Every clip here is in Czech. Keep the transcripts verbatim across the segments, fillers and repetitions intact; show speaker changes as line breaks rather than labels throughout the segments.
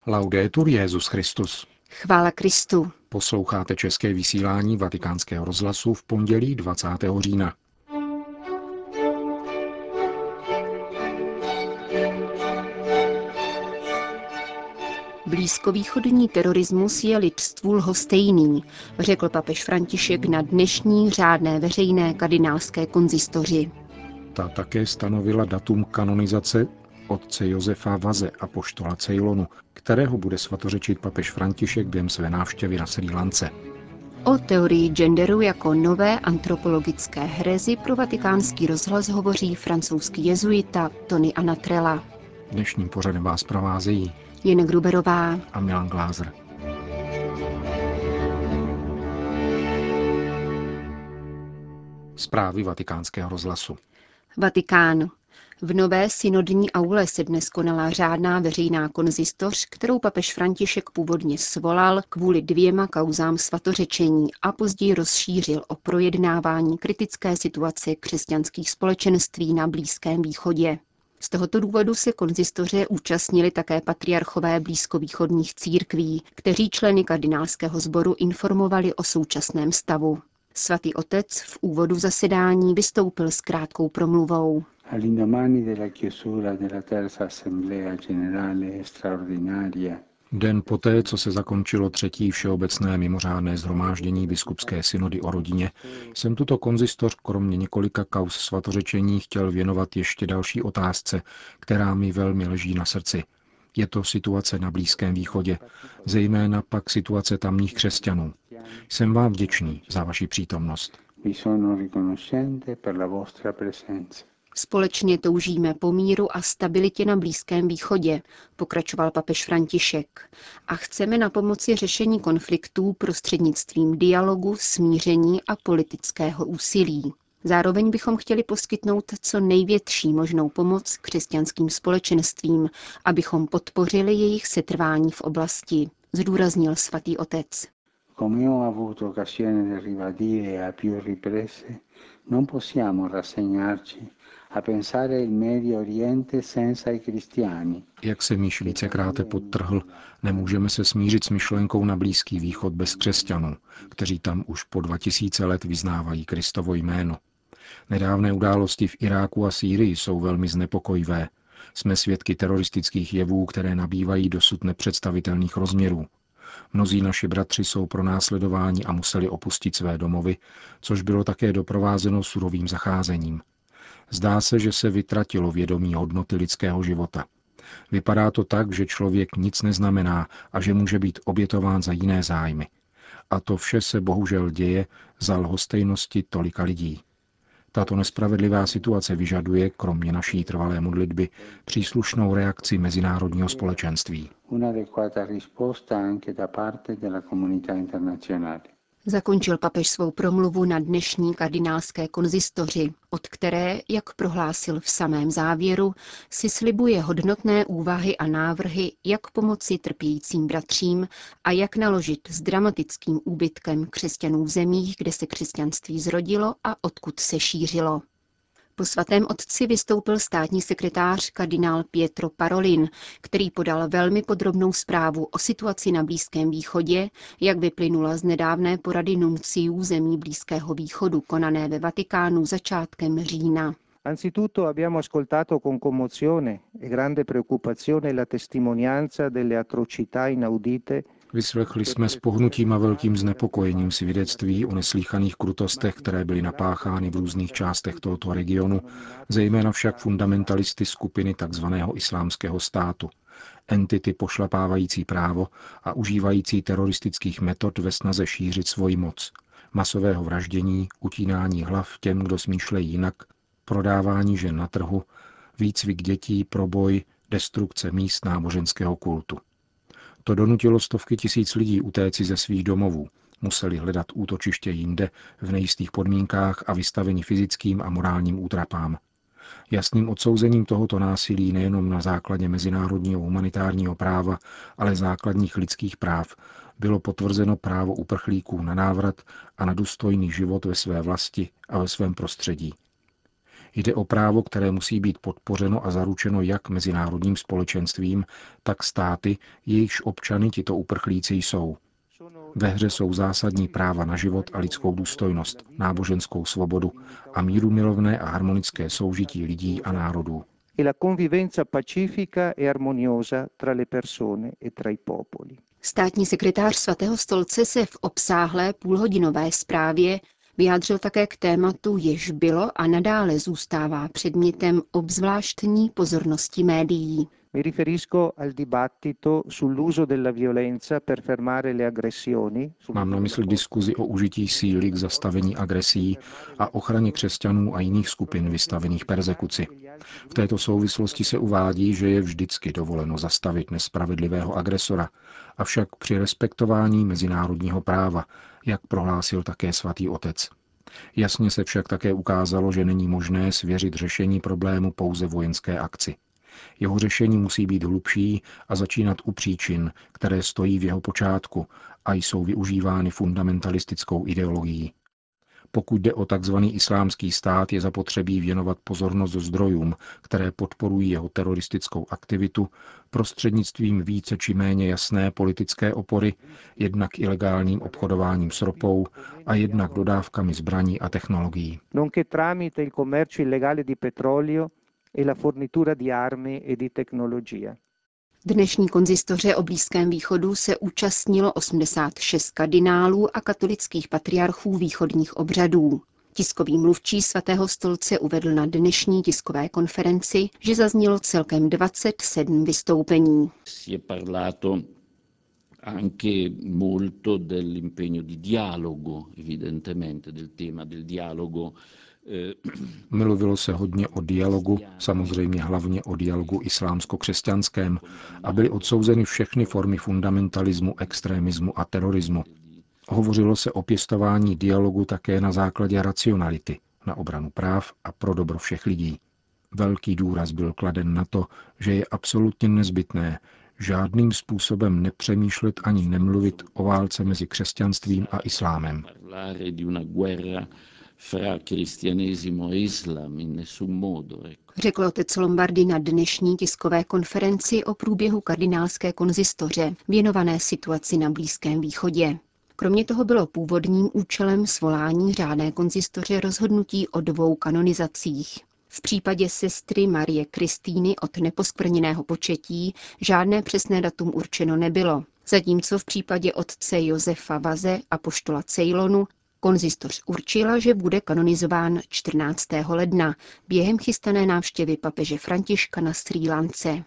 Laudetur Jesus Christus.
Chvála Kristu.
Posloucháte české vysílání Vatikánského rozhlasu v pondělí dvacátého října.
Blízkovýchodní terorismus je lidstvu lhostejný, řekl papež František na dnešní řádné veřejné kardinálské konzistoři.
Ta také stanovila datum kanonizace otce Josefa Vaze, apoštola Ceylonu, kterého bude svatořečit papež František během své návštěvy na Srí Lance.
O teorii genderu jako nové antropologické herezi pro Vatikánský rozhlas hovoří francouzský jezuita Tony Anatrella.
Dnešním pořadem vás provázejí
Jena Gruberová
a Milan Glázer. Zprávy Vatikánského rozhlasu.
Vatikán. V nové synodní aule se dnes konala řádná veřejná konzistoř, kterou papež František původně svolal kvůli dvěma kauzám svatořečení a později rozšířil o projednávání kritické situace křesťanských společenství na Blízkém východě. Z tohoto důvodu se konzistoře účastnili také patriarchové blízkovýchodních církví, kteří členy kardinálského sboru informovali o současném stavu. Svatý otec v úvodu zasedání vystoupil s krátkou promluvou.
Den poté, co se zakončilo třetí všeobecné mimořádné shromáždění biskupské synody o rodině, jsem tuto konzistoř kromě několika kauz svatořečení chtěl věnovat ještě další otázce, která mi velmi leží na srdci. Je to situace na Blízkém východě, zejména pak situace tamních křesťanů. Jsem vám vděčný za vaši přítomnost.
Společně toužíme po míru a stabilitě na Blízkém východě, pokračoval papež František, a chceme na pomoci řešení konfliktů prostřednictvím dialogu, smíření a politického úsilí. Zároveň bychom chtěli poskytnout co největší možnou pomoc křesťanským společenstvím, abychom podpořili jejich setrvání v oblasti, zdůraznil svatý otec.
Come ho avuto occasione di ribadire a più riprese, non possiamo rassegnarci a pensare il Medio Oriente senza i cristiani.
Jak jsem již vícekráte podtrhl, nemůžeme se smířit s myšlenkou na Blízký východ bez křesťanů, kteří tam už po dva tisíce let vyznávají Kristovo jméno. Nedávné události v Iráku a Sýrii jsou velmi znepokojivé. Jsme svědky teroristických jevů, které nabývají dosud nepředstavitelných rozměrů. Mnozí naši bratři jsou pronásledováni a museli opustit své domovy, což bylo také doprovázeno surovým zacházením. Zdá se, že se vytratilo vědomí hodnoty lidského života. Vypadá to tak, že člověk nic neznamená a že může být obětován za jiné zájmy. A to vše se bohužel děje za lhostejnosti tolika lidí. Tato nespravedlivá situace vyžaduje, kromě naší trvalé modlitby, příslušnou reakci mezinárodního společenství.
Zakončil papež svou promluvu na dnešní kardinálské konzistoři, od které, jak prohlásil v samém závěru, si slibuje hodnotné úvahy a návrhy, jak pomoci trpějícím bratřím a jak naložit s dramatickým úbytkem křesťanů v zemích, kde se křesťanství zrodilo a odkud se šířilo. Po svatém otci vystoupil státní sekretář kardinál Pietro Parolin, který podal velmi podrobnou zprávu o situaci na Blízkém východě, jak vyplynula z nedávné porady nunciů zemí Blízkého východu konané ve Vatikánu začátkem října.
Anzitutto abbiamo ascoltato con commozione e grande preoccupazione la testimonianza delle atrocità inaudite.
Vyslechli jsme s pohnutím a velkým znepokojením svědectví o neslýchaných krutostech, které byly napáchány v různých částech tohoto regionu, zejména však fundamentalisty skupiny tzv. Islámského státu, entity pošlapávající právo a užívající teroristických metod ve snaze šířit svoji moc, masového vraždění, utínání hlav těm, kdo smýšlejí jinak, prodávání žen na trhu, výcvik dětí, proboj, destrukce míst náboženského kultu. To donutilo stovky tisíc lidí utéci ze svých domovů, museli hledat útočiště jinde v nejistých podmínkách a vystaveni fyzickým a morálním útrapám. Jasným odsouzením tohoto násilí nejenom na základě mezinárodního humanitárního práva, ale základních lidských práv bylo potvrzeno právo uprchlíků na návrat a na důstojný život ve své vlasti a ve svém prostředí. Jde o právo, které musí být podpořeno a zaručeno jak mezinárodním společenstvím, tak státy, jejichž občany tito uprchlíci jsou. Ve hře jsou zásadní práva na život a lidskou důstojnost, náboženskou svobodu a mírumilovné a harmonické soužití lidí a národů.
E la convivenza pacifica e armoniosa tra le persone e tra i popoli.
Státní sekretář Svatého stolce se v obsáhlé půlhodinové zprávě vyjádřil také k tématu, jež bylo a nadále zůstává předmětem obzvláštní pozornosti médií.
Mi riferisco al dibattito sull'uso della violenza per fermare le aggressioni.
Mám na mysli diskuzi o užití síly k zastavení agresí a ochraně křesťanů a jiných skupin vystavených perzekuci. V této souvislosti se uvádí, že je vždycky dovoleno zastavit nespravedlivého agresora, avšak při respektování mezinárodního práva, jak prohlásil také svatý otec. Jasně se však také ukázalo, že není možné svěřit řešení problému pouze vojenské akci. Jeho řešení musí být hlubší a začínat u příčin, které stojí v jeho počátku a jsou využívány fundamentalistickou ideologií. Pokud jde o tzv. Islámský stát, je zapotřebí věnovat pozornost zdrojům, které podporují jeho teroristickou aktivitu, prostřednictvím více či méně jasné politické opory, jednak ilegálním obchodováním s ropou a jednak dodávkami zbraní a technologií.
Nonché tramite il commercio illegale di petrolio e la fornitura di armi e di tecnologia.
Dnešní konzistoře o Blízkém východu se účastnilo osmdesát šest kardinálů a katolických patriarchů východních obřadů. Tiskový mluvčí Svatého stolce uvedl na dnešní tiskové konferenci, že zaznělo celkem dvacet sedm vystoupení.
Anche molto dell'impegno di dialogo, evidentemente, del tema del dialogo.
Mluvilo se hodně o dialogu, samozřejmě hlavně o dialogu islámsko-křesťanském, a byly odsouzeny všechny formy fundamentalismu, extremismu a terorismu. Hovořilo se o pěstování dialogu také na základě racionality, na obranu práv a pro dobro všech lidí. Velký důraz byl kladen na to, že je absolutně nezbytné žádným způsobem nepřemýšlet ani nemluvit o válce mezi křesťanstvím a islámem.
Řekl otec Lombardi na dnešní tiskové konferenci o průběhu kardinálské konzistoře věnované situaci na Blízkém východě. Kromě toho bylo původním účelem svolání řádné konzistoře rozhodnutí o dvou kanonizacích. V případě sestry Marie Kristýny od neposkvrněného početí žádné přesné datum určeno nebylo, zatímco v případě otce Josefa Vaze, apoštola Ceylonu, konzistoř určila, že bude kanonizován čtrnáctého ledna během chystané návštěvy papeže Františka na Srí Lance.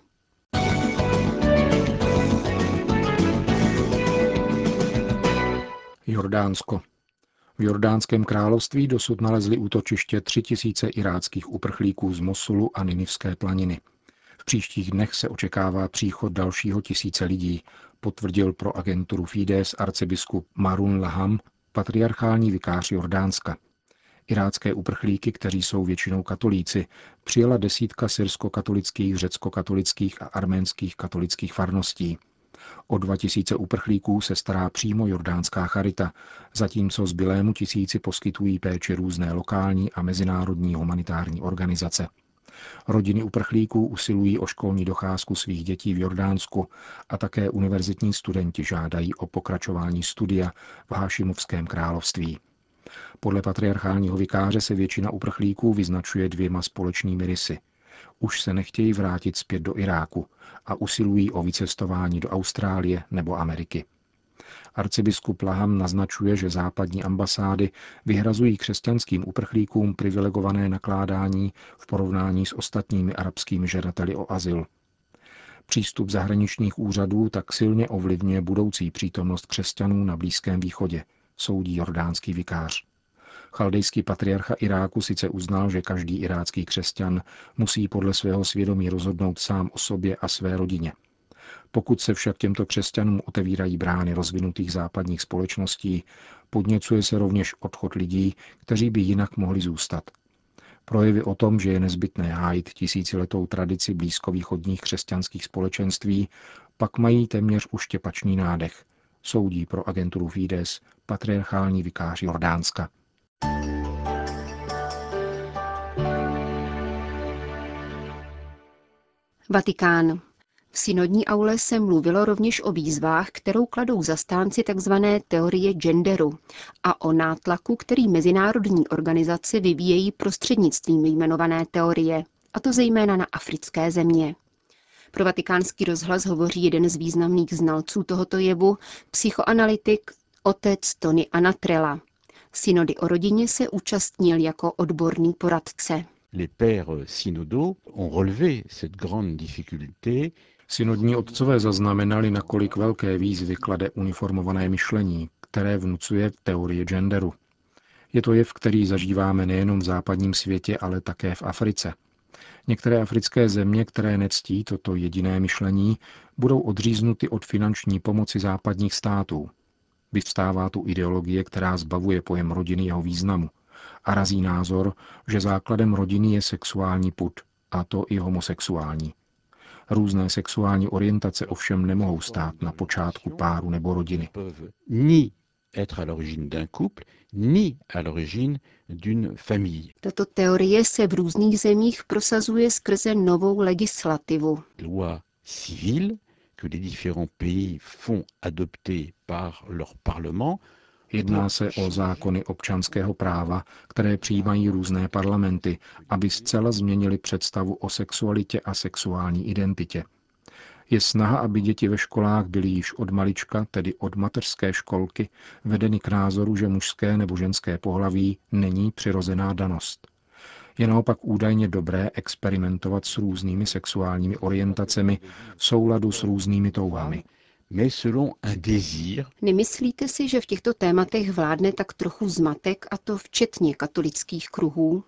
Jordánsko. V Jordánském království dosud nalezli útočiště tři tisíce iráckých uprchlíků z Mosulu a Ninivské planiny. V příštích dnech se očekává příchod dalšího tisíce lidí, potvrdil pro agenturu Fides arcibiskup Marun Laham, patriarchální vikář Jordánska. Irácké uprchlíky, kteří jsou většinou katolíci, přijela desítka syrsko-katolických, řecko-katolických a arménských katolických farností. O dva tisíce uprchlíků se stará přímo jordánská charita, zatímco zbylému tisíci poskytují péči různé lokální a mezinárodní humanitární organizace. Rodiny uprchlíků usilují o školní docházku svých dětí v Jordánsku a také univerzitní studenti žádají o pokračování studia v Hášimovském království. Podle patriarchálního vikáře se většina uprchlíků vyznačuje dvěma společnými rysy. Už se nechtějí vrátit zpět do Iráku a usilují o vycestování do Austrálie nebo Ameriky. Arcibiskup Laham naznačuje, že západní ambasády vyhrazují křesťanským uprchlíkům privilegované nakládání v porovnání s ostatními arabskými žadateli o azyl. Přístup zahraničních úřadů tak silně ovlivňuje budoucí přítomnost křesťanů na Blízkém východě, soudí jordánský vikář. Chaldejský patriarcha Iráku sice uznal, že každý irácký křesťan musí podle svého svědomí rozhodnout sám o sobě a své rodině. Pokud se však těmto křesťanům otevírají brány rozvinutých západních společností, podněcuje se rovněž odchod lidí, kteří by jinak mohli zůstat. Projevy o tom, že je nezbytné hájit tisíciletou tradici blízkovýchodních křesťanských společenství, pak mají téměř uštěpačný nádech, soudí pro agenturu Fides patriarchální vikář Jordánska.
Vatikán. V synodní aule se mluvilo rovněž o výzvách, kterou kladou zastánci tzv. Teorie genderu a o nátlaku, který mezinárodní organizace vyvíjejí prostřednictvím jmenované teorie, a to zejména na africké země. Pro Vatikánský rozhlas hovoří jeden z významných znalců tohoto jevu, psychoanalytik otec Tony Anatrella. Synody o rodině se účastnil jako odborný poradce.
Synodní otcové zaznamenali, nakolik velké výzvy klade uniformované myšlení, které vnucuje teorie genderu. Je to jev, který zažíváme nejenom v západním světě, ale také v Africe. Některé africké země, které nectí toto jediné myšlení, budou odříznuty od finanční pomoci západních států. Vyvstává tu ideologie, která zbavuje pojem rodiny jeho významu a razí názor, že základem rodiny je sexuální pud, a to i homosexuální. Různé sexuální orientace ovšem nemohou stát na počátku páru nebo rodiny.
Tato teorie se v různých zemích prosazuje skrze novou legislativu.
Jedná se o zákony občanského práva, které přijímají různé parlamenty, aby zcela změnili představu o sexualitě a sexuální identitě. Je snaha, aby děti ve školách byly již od malička, tedy od mateřské školky, vedeny k názoru, že mužské nebo ženské pohlaví není přirozená danost. Je naopak údajně dobré experimentovat s různými sexuálními orientacemi v souladu s různými touhami.
Nemyslíte si, že v těchto tématech vládne tak trochu zmatek, a to včetně katolických kruhů?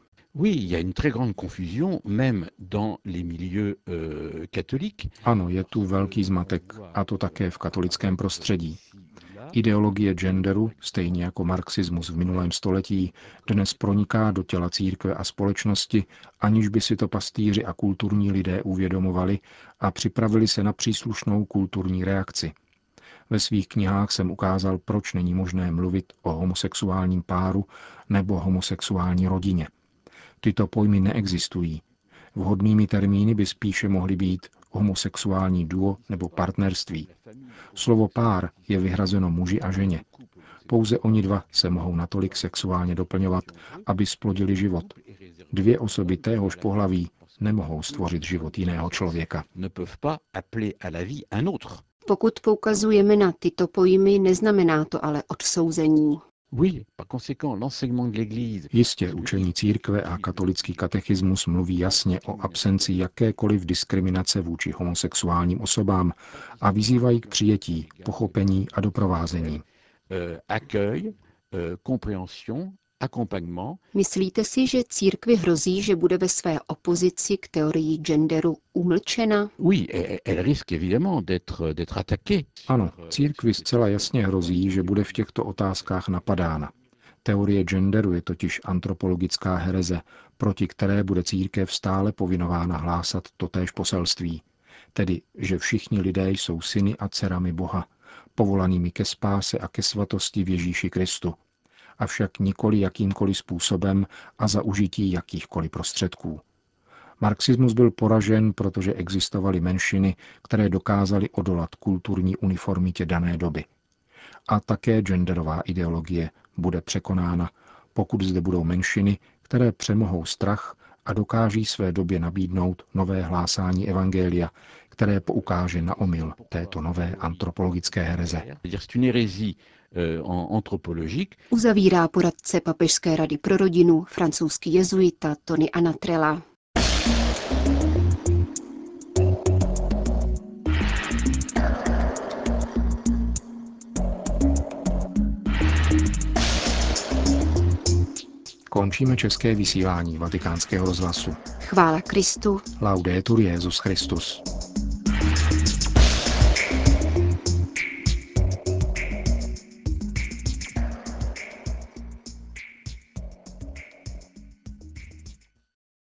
Ano, je tu velký zmatek, a to také v katolickém prostředí. Ideologie genderu, stejně jako marxismus v minulém století, dnes proniká do těla církve a společnosti, aniž by si to pastýři a kulturní lidé uvědomovali a připravili se na příslušnou kulturní reakci. Ve svých knihách jsem ukázal, proč není možné mluvit o homosexuálním páru nebo homosexuální rodině. Tyto pojmy neexistují. Vhodnými termíny by spíše mohly být homosexuální duo nebo partnerství. Slovo pár je vyhrazeno muži a ženě. Pouze oni dva se mohou natolik sexuálně doplňovat, aby splodili život. Dvě osoby téhož pohlaví nemohou stvořit život jiného člověka.
Pokud poukazujeme na tyto pojmy, neznamená to ale odsouzení.
Jistě, učení církve a katolický katechismus mluví jasně o absenci jakékoliv diskriminace vůči homosexuálním osobám a vyzývají k přijetí, pochopení a doprovázení.
Myslíte si, že církvi hrozí, že bude ve své opozici k teorii genderu umlčena?
Ano, církvi zcela jasně hrozí, že bude v těchto otázkách napadána. Teorie genderu je totiž antropologická hereze, proti které bude církev stále povinována hlásat totéž poselství. Tedy, že všichni lidé jsou syny a dcerami Boha, povolanými ke spáse a ke svatosti v Ježíši Kristu. Avšak nikoli jakýmkoliv způsobem a za užití jakýchkoliv prostředků. Marxismus byl poražen, protože existovaly menšiny, které dokázaly odolat kulturní uniformitě dané doby. A také genderová ideologie bude překonána, pokud zde budou menšiny, které přemohou strach a dokáží své době nabídnout nové hlásání evangelia, které poukáže na omyl této nové antropologické hereze.
Uzavírá poradce Papežské rady pro rodinu, francouzský jezuita Tony Anatrella.
Končíme české vysílání Vatikánského rozhlasu.
Chvála Kristu.
Laudetur Jesus Christus.